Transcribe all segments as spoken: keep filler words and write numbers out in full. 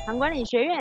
糖管理学院。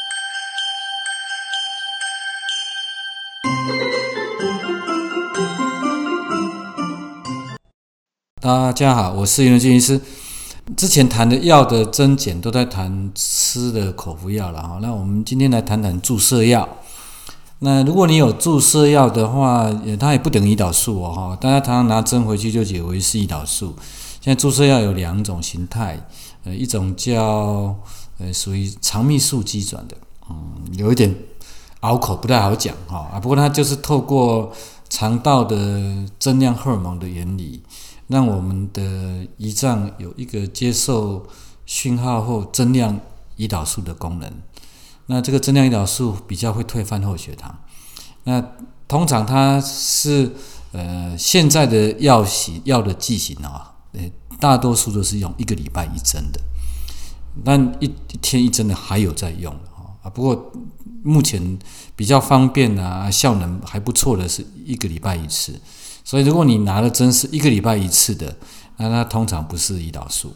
大家好，我是袁俊医师。之前谈的药的增减都在谈吃的口服药了哈，那我们今天来谈谈注射药。那如果你有注射药的话，它也不等于胰岛素哦哈，大家常常拿针回去就以为是胰岛素。现在注射药有两种形态，呃，一种叫呃属于肠泌素机转的，嗯，有一点拗口，不太好讲哈啊。不过它就是透过肠道的增量荷尔蒙的原理，让我们的胰脏有一个接受讯号后增量胰岛素的功能。那这个增量胰岛素比较会退饭后血糖。那通常它是呃现在的药型药的剂型啊，呃大多数都是用一个礼拜一针的，但一一天一针的还有在用啊。不过目前比较方便啊，效能还不错的是一个礼拜一次。所以如果你拿的针是一个礼拜一次的，那它通常不是胰岛素。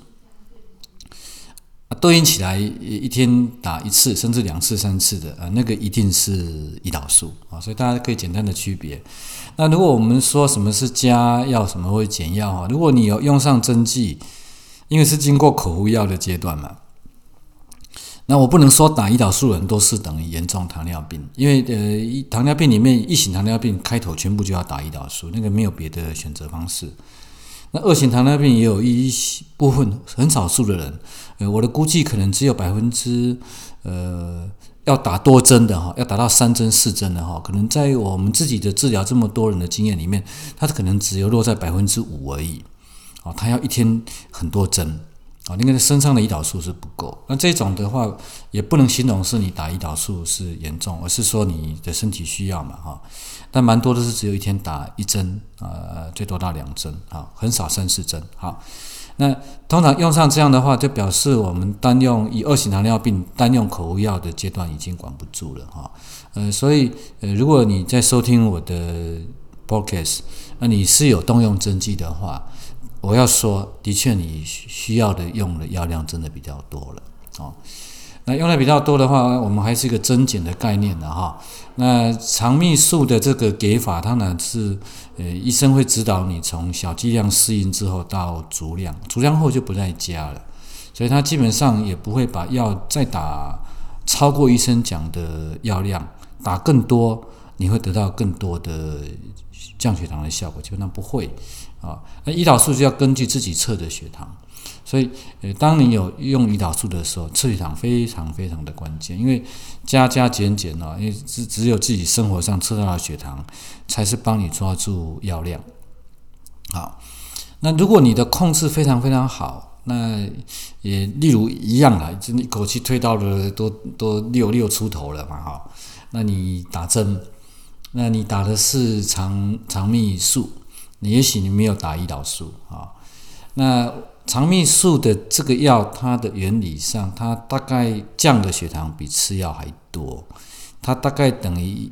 对应起来一天打一次甚至两次三次的、呃、那个一定是胰岛素啊，所以大家可以简单的区别。那如果我们说什么是加药，什么会减药啊？如果你有用上针剂，因为是经过口服药的阶段嘛，那我不能说打胰岛素的人都是等于严重糖尿病，因为呃糖尿病里面一型糖尿病开头全部就要打胰岛素，那个没有别的选择方式。那二型糖尿病也有一部分很少数的人，呃，我的估计可能只有百分之呃要打多针的哈，要打到三针四针的哈，可能在我们自己的治疗这么多人的经验里面，它可能只有落在百分之五而已。哦，他要一天很多针。啊，那个身上的胰岛素是不够，那这种的话也不能形容是你打胰岛素是严重，而是说你的身体需要嘛哈。但蛮多的是只有一天打一针，呃，最多到两针啊，很少三四针。好，那通常用上这样的话，就表示我们单用以二型糖尿病单用口服药的阶段已经管不住了哈。呃，所以呃，如果你在收听我的 podcast， 那你是有动用针剂的话，我要说，的确，你需要的用的药量真的比较多了哦。那用的比较多的话，我们还是一个增减的概念的哈。那肠泌素的这个给法，当然是呃医生会指导你从小剂量适应之后到足量，足量后就不再加了，所以他基本上也不会把药再打超过医生讲的药量，打更多你会得到更多的降血糖的效果，基本上不会。啊，那胰岛素就要根据自己测的血糖，所以，呃，当你有用胰岛素的时候，测血糖非常非常的关键，因为加加减减哦，因为只只有自己生活上测到的血糖，才是帮你抓住药量。好，那如果你的控制非常非常好，那也例如一样啦，一口气推到了都都六六出头了嘛，哈，那你打针，那你打的是肠肠泌素。你也许你没有打胰岛素啊，那肠泌素的这个药，它的原理上，它大概降的血糖比吃药还多，它大概等于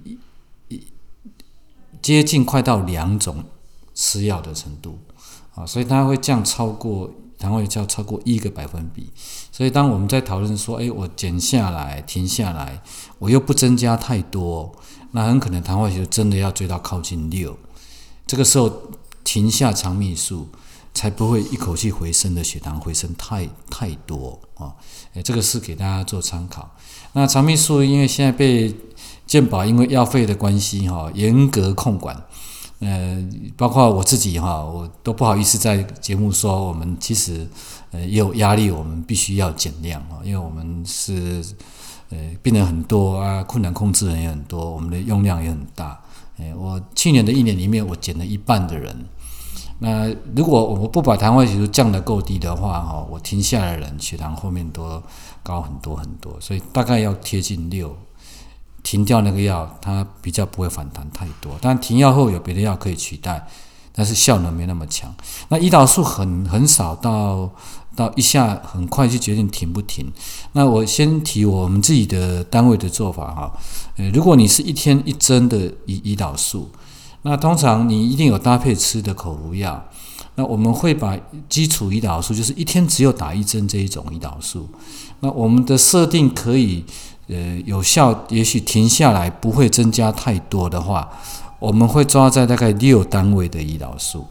接近快到两种吃药的程度啊，所以它会降超过糖会降超过一个百分比。所以当我们在讨论说，哎，我减下来、停下来，我又不增加太多，那很可能糖化血真的要追到靠近六。这个时候停下肠泌素，才不会一口气回升的血糖回升太太多啊！哎，这个是给大家做参考。那肠泌素因为现在被健保因为药费的关系哈，严格控管，呃，包括我自己哈，我都不好意思在节目说我们其实呃也有压力，我们必须要减量啊，因为我们是呃病人很多啊，困难控制人也很多，我们的用量也很大。我去年的一年里面，我减了一半的人。那如果我不把糖化血素降得够低的话，我停下来的人血糖后面都高很多很多，所以大概要贴近六，停掉那个药，它比较不会反弹太多。但停药后有别的药可以取代，但是效能没那么强。那胰岛素很很少到到一下很快就决定停不停。那我先提我们自己的单位的做法哈，呃，如果你是一天一针的胰胰岛素，那通常你一定有搭配吃的口服药， 那我们会把基础胰岛素，就是一天只有打一针这一种胰岛素，那我们的设定可以呃有效，也许停下来不会增加太多的话，我们会抓在大概六单位的胰岛素。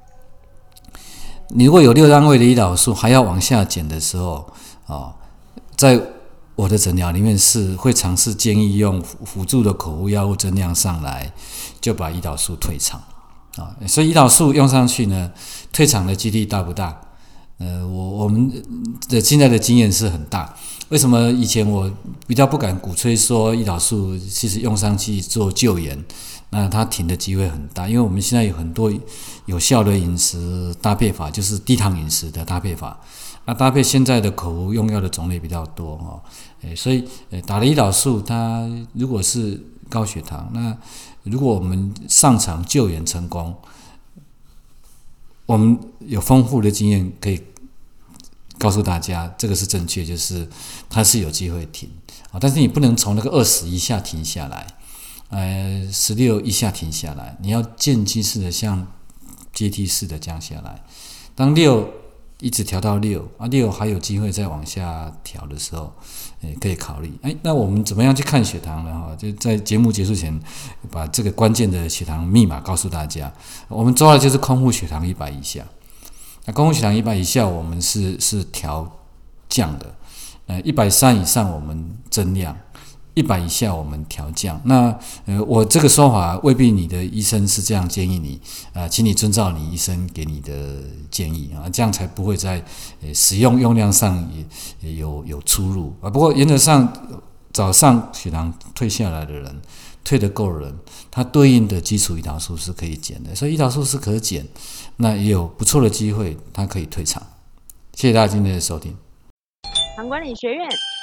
你如果有六单位的胰岛素还要往下减的时候，哦，在我的诊疗里面是会尝试建议用辅助的口服药物增量上来，就把胰岛素退场啊。所以胰岛素用上去呢，退场的几率大不大？呃，我我们的现在的经验是很大。为什么以前我比较不敢鼓吹说胰岛素其实用上去做救援，那它停的机会很大？因为我们现在有很多有效的饮食搭配法，就是低糖饮食的搭配法。那搭配现在的口服用药的种类比较多哈，诶，所以诶打了胰岛素，它如果是高血糖，那如果我们上场救援成功，我们有丰富的经验可以告诉大家，这个是正确，就是它是有机会停啊，但是你不能从那个二十以下停下来，呃，十六以下停下来，你要渐进式的像阶梯式的降下来。当六一直调到六啊，六还有机会再往下调的时候，诶，可以考虑。哎，那我们怎么样去看血糖呢？哈，就在节目结束前，把这个关键的血糖密码告诉大家。我们抓的就是空腹血糖一百以下。那空腹血糖一百以下，我们是是调降的。呃，一百三以上我们增量。一百以下我们调降。那呃，我这个说法未必你的医生是这样建议你，啊、呃，请你遵照你医生给你的建议啊，这样才不会在呃使用用量上也, 也有有出入啊。不过原则上，早上血糖退下来的人，退得够的人，它对应的基础胰岛素是可以减的，所以胰岛素是可减，那也有不错的机会，它可以退场。谢谢大家今天的收听。 糖管理学院